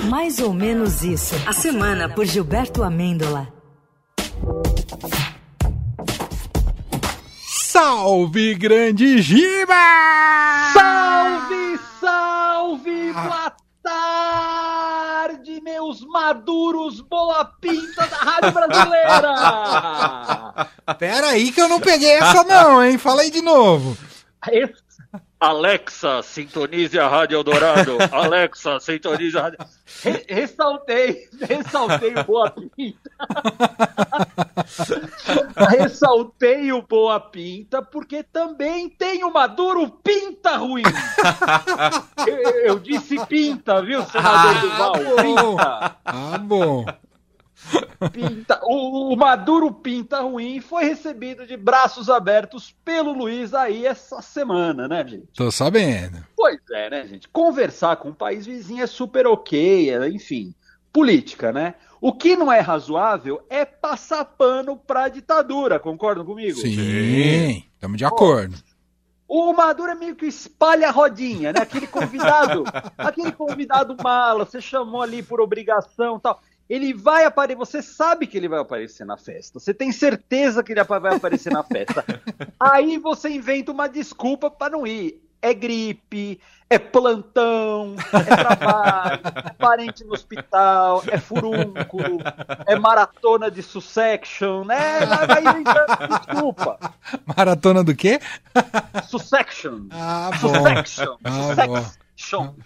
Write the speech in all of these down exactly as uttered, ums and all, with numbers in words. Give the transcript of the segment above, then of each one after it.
Mais ou menos isso. A semana por Gilberto Amêndola. Salve, grande Giba! Salve, salve, boa tarde, meus maduros boa pinta da Rádio Brasileira! Pera aí que eu não peguei essa não, hein? Fala aí de novo. Esse... Alexa, sintonize a Rádio Eldorado. Alexa, sintonize a Rádio... Re- ressaltei, ressaltei o Boa Pinta. Ressaltei o Boa Pinta porque também tem o Maduro Pinta ruim. Eu, eu disse Pinta, viu, senador Duval? Pinta. Ah, bom. Pinta, o, o Maduro Pinta ruim foi recebido de braços abertos pelo Luiz aí essa semana, né, gente? Tô sabendo. Pois é, né, gente? Conversar com um país vizinho é super ok, é, enfim, política, né? O que não é razoável é passar pano pra ditadura, concordam comigo? Sim, estamos de acordo. O Maduro é meio que espalha a rodinha, né? Aquele convidado, aquele convidado mala, você chamou ali por obrigação e tal. Ele vai aparecer, você sabe que ele vai aparecer na festa, você tem certeza que ele vai aparecer na festa. Aí você inventa uma desculpa para não ir. É gripe, é plantão, é trabalho, é parente no hospital, é furúnculo, é maratona de Succession, né? Vai inventando desculpa. Maratona do quê? Succession. Ah, bom. Succession. Ah, bom. Succession.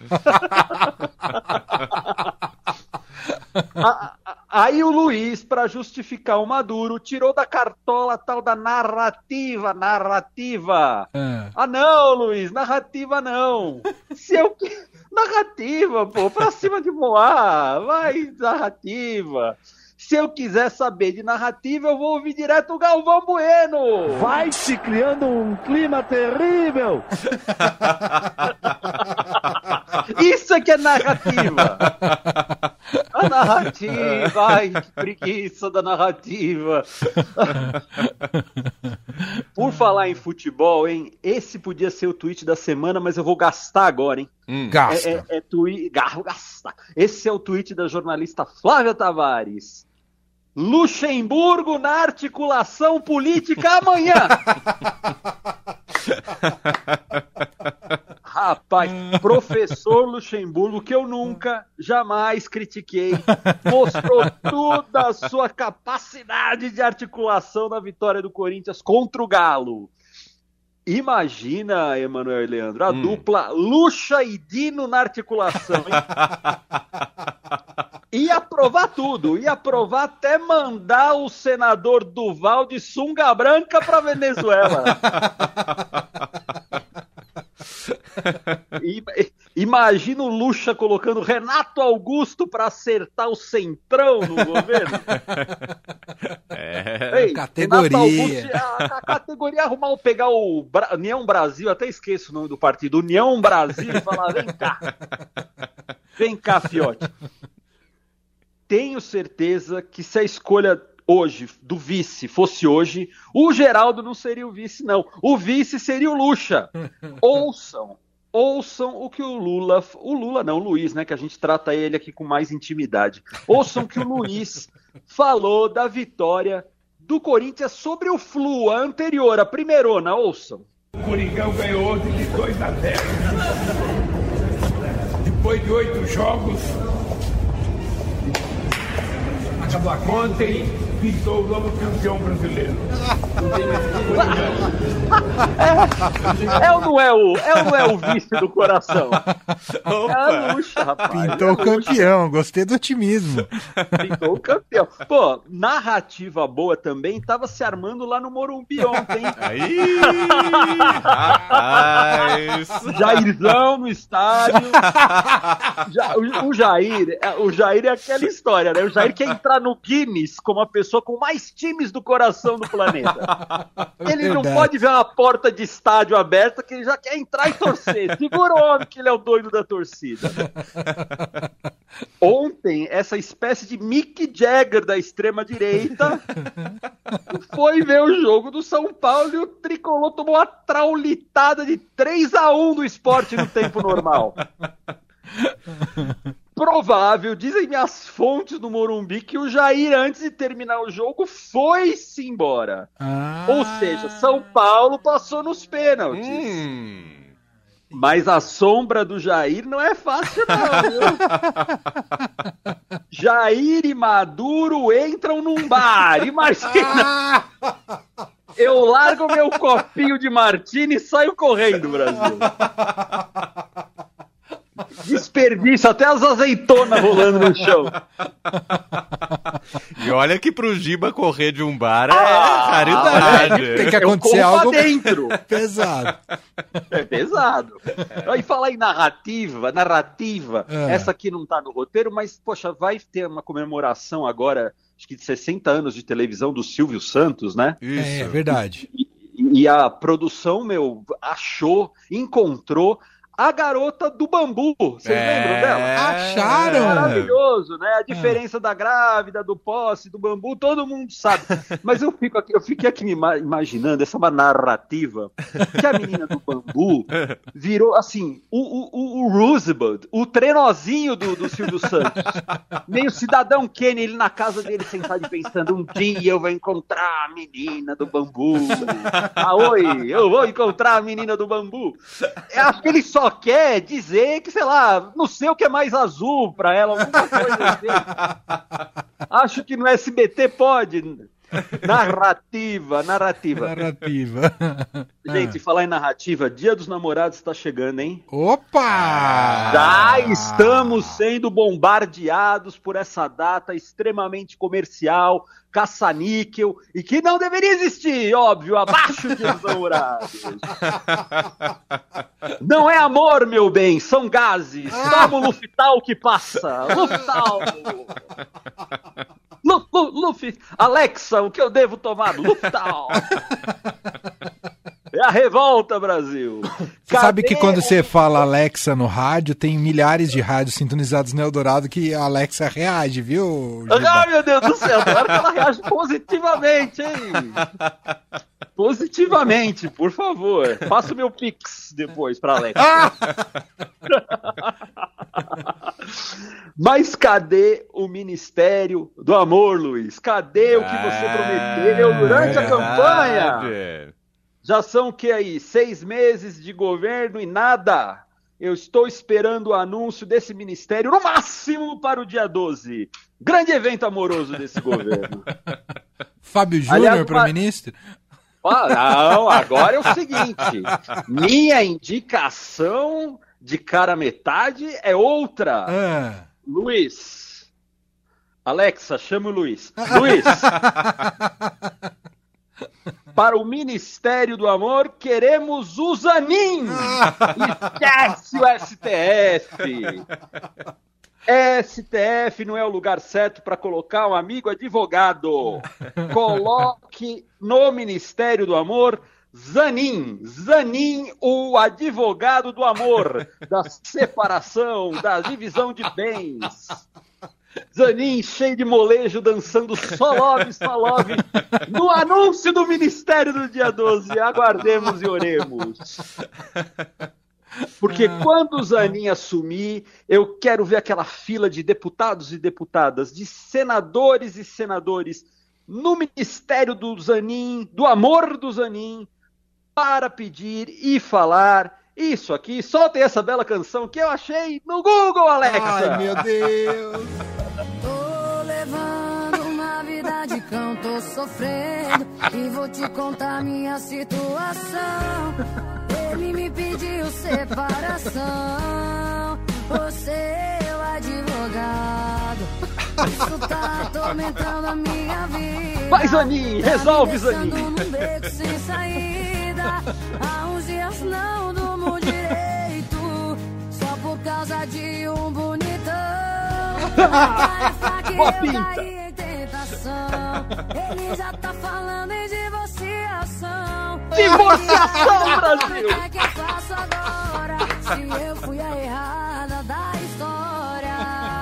A, a, aí o Luiz, para justificar o Maduro, tirou da cartola tal da narrativa, narrativa. Ah, Ah não, Luiz, narrativa não. Se eu narrativa, pô, pra cima de voar, vai narrativa. Se eu quiser saber de narrativa, eu vou ouvir direto o Galvão Bueno. Vai se criando um clima terrível. Isso é que é narrativa. A narrativa, ai, que preguiça da narrativa. Por falar em futebol, hein? Esse podia ser o tweet da semana, mas eu vou gastar agora, hein? hum. Gasta. É, é, é twi... Gasta. Esse é o tweet da jornalista Flávia Tavares. Luxemburgo na articulação política amanhã. Rapaz, professor Luxemburgo, que eu nunca, jamais critiquei, mostrou toda a sua capacidade de articulação na vitória do Corinthians contra o Galo. Imagina, Emanuel e Leandro, a hum. dupla Luxa e Dino na articulação, hein? Ia aprovar tudo, ia aprovar até mandar o senador Duval de sunga branca para Venezuela. Imagina o Luxa colocando Renato Augusto para acertar o centrão no governo. É, Ei, categoria. Augusto, a, a categoria arrumar, pegar o Bra... União Brasil, até esqueço o nome do partido, União Brasil, e falar: vem cá, vem cá, fiote. Tenho certeza que se a escolha hoje do vice fosse hoje, o Geraldo não seria o vice, não. O vice seria o Luxa. Ouçam, ouçam o que o Lula, o Lula não, o Luiz, né, que a gente trata ele aqui com mais intimidade. Ouçam o que o Luiz falou da vitória do Corinthians sobre o Flu, a anterior, a primeirona, ouçam. O Coringão ganhou hoje de dois a zero. Depois de oito jogos, acabou ontem, pintou o novo campeão brasileiro. É, é ou não é o, é ou não é o vice do coração? Opa. É a Luxa, rapaz. Pintou é o campeão, gostei do otimismo. Pintou o campeão. Pô, narrativa boa também tava se armando lá no Morumbi ontem. Aí! Rapaz! Jairzão no estádio. Ja, o, o Jair, o Jair é aquela história, né? O Jair quer entrar no Guinness como a pessoa com mais times do coração do planeta. Ele Verdade. Não pode ver uma porta de estádio aberta que ele já quer entrar e torcer. Segura o homem que ele é o doido da torcida. Ontem, essa espécie de Mick Jagger da extrema-direita foi ver o jogo do São Paulo e o Tricolor tomou uma traulitada de três a um do Sport no tempo normal. provável, dizem minhas fontes do Morumbi, que o Jair, antes de terminar o jogo, foi-se embora. Ah. Ou seja, São Paulo passou nos pênaltis. Hum. Mas a sombra do Jair não é fácil, não, viu? Jair e Maduro entram num bar. Imagina! Eu largo meu copinho de martini e saio correndo, Brasil. Desperdício, até as azeitonas rolando no chão. E olha que pro Giba correr de um bar é Ah, raridade. Tem que Eu acontecer corro pra algo dentro. pesado. É pesado. E falar em narrativa, narrativa, É. essa aqui não tá no roteiro, mas, poxa, vai ter uma comemoração agora, acho que de sessenta anos de televisão do Silvio Santos, né? Isso. É, é verdade. E, e a produção, meu, achou, encontrou a garota do bambu. Vocês É. lembram dela? Acharam? Maravilhoso, né? A diferença da grávida, do posse, do bambu, todo mundo sabe. Mas eu, fico aqui, eu fiquei aqui me ima- imaginando, essa é uma narrativa, que a menina do bambu virou, assim, o, o, o, o Roosevelt, o trenozinho do, do Silvio Santos. Meio cidadão Kenny, ele na casa dele sentado e pensando, um dia eu vou encontrar a menina do bambu. Ah, oi, eu vou encontrar a menina do bambu. Eu acho que ele só quer dizer que, sei lá, não sei o que é mais azul pra ela, alguma coisa assim. Acho que no S B T pode. Narrativa, narrativa. Narrativa. Gente, falar em narrativa, Dia dos Namorados tá chegando, hein? Opa! Já estamos sendo bombardeados por essa data extremamente comercial, caça-níquel, e que não deveria existir, óbvio, abaixo de dos namorados. Não é amor, meu bem, são gases. Toma o Luftal que passa. Luftal. Lu, Lu, Luffy. Alexa, o que eu devo tomar? Luftal. É a revolta, Brasil. Você sabe que Cadê quando o- você fala Alexa no rádio, tem milhares de rádios sintonizados no Eldorado que a Alexa reage, viu, Giba? Ah, meu Deus do céu, claro que ela reage positivamente, hein? Positivamente, por favor. Faça o meu pix depois pra Alexa. Mas cadê o Ministério do Amor, Luiz? Cadê o que você prometeu durante a campanha? Verdade. Já são o que aí? Seis meses de governo e nada. Eu estou esperando o anúncio desse ministério, no máximo para o dia doze. Grande evento amoroso desse governo. Fábio Aliás, Júnior para uma- ministro? Ah, não, agora é o seguinte. Minha indicação de cara metade é outra. Ah. Luiz. Alexa, chama o Luiz. Luiz. Para o Ministério do Amor, queremos o Zanin. Esquece o S T F. S T F não é o lugar certo para colocar um amigo advogado. Coloque no Ministério do Amor Zanin. Zanin, o advogado do amor, da separação, da divisão de bens. Zanin cheio de molejo, dançando só love, só love, no anúncio do Ministério do dia doze. Aguardemos e oremos. Porque quando o Zanin assumir, eu quero ver aquela fila de deputados e deputadas, de senadores e senadores, no Ministério do Zanin, do amor do Zanin, para pedir e falar isso aqui. Soltem essa bela canção que eu achei no Google, Alexa. Ai, meu Deus. Tô levando uma vida de cão, tô sofrendo e vou te contar minha situação. Ele me pediu separação, você é o advogado. Isso tá atormentando a minha vida. Vai, Zanin, resolve, Zanin. Tá me deixando num beco sem saída. Há uns dias não durmo direito, só por causa de um bonitão. Boa pinta. Em tentação. Ele já tá falando em divorciação. Divorciação, Brasil. O que é que eu faço agora? Se eu fui a errada da história.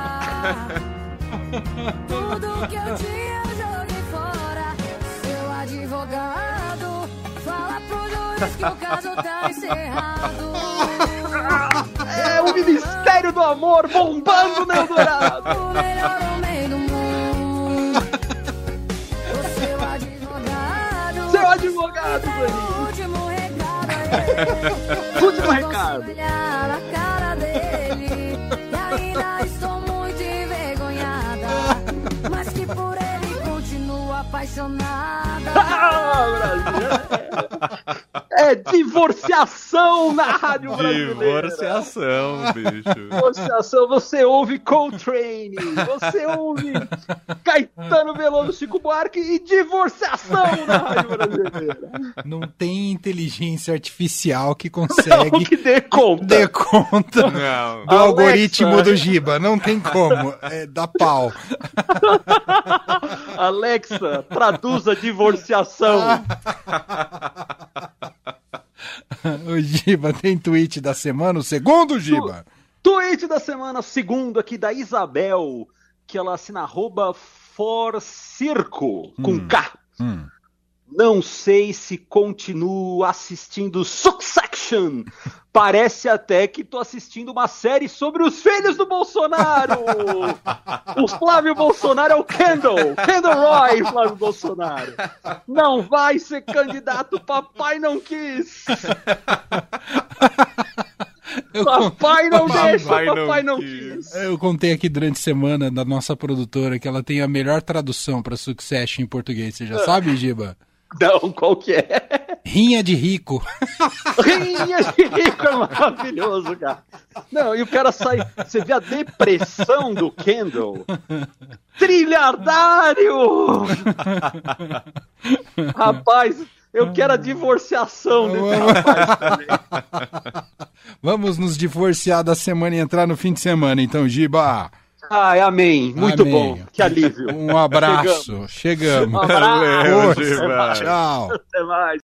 Tudo que eu tinha eu joguei fora. Seu advogado, fala pro juiz que o caso tá encerrado. É o Ministério do Amor bombando no Eldorado. O melhor homem do mundo. O seu advogado. Seu advogado, Zanin. Último recado a ele. Último recado. Olhar a cara dele. E ainda estou muito envergonhada. Mas que por ele continuo apaixonada. Ah, Brasil. É, é divorciação na Rádio Brasileira. Divorciação, bicho. Divorciação, você ouve Coltrane, você ouve Caetano Veloso, Chico Buarque e divorciação na Rádio Brasileira. Não tem inteligência artificial que consegue Não, que dê conta. dê conta Não. do Alexa. algoritmo do Giba. Não tem como. É, dá pau. Alexa, traduza divorciação. O Giba tem tweet da semana, o segundo, Giba. Tweet da semana, segundo aqui da Isabel, que ela assina arroba forcirco, com Hum. K. Hum. Não sei se continuo assistindo Succession. Parece até que tô assistindo uma série sobre os filhos do Bolsonaro. O Flávio Bolsonaro é o Kendall. Kendall Roy, Flávio Bolsonaro. Não vai ser candidato, papai não quis. Eu, Papai não Papai deixa, não papai não quis. quis. eu contei aqui durante a semana da nossa produtora que ela tem a melhor tradução para Succession em português. Você já sabe, Giba? Não, qual que é? Rinha de rico. Rinha de rico é maravilhoso, cara. Não, e o cara sai... Você vê a depressão do Kendall. Trilhardário! Rapaz, eu quero a divorciação desse rapaz também. Vamos nos divorciar da semana e entrar no fim de semana, então, Giba. Ai, amém. Muito Amém. bom. Que alívio. Um abraço. Chegamos. Um abraço. Valeu, Força. Giba. Tchau. Até mais.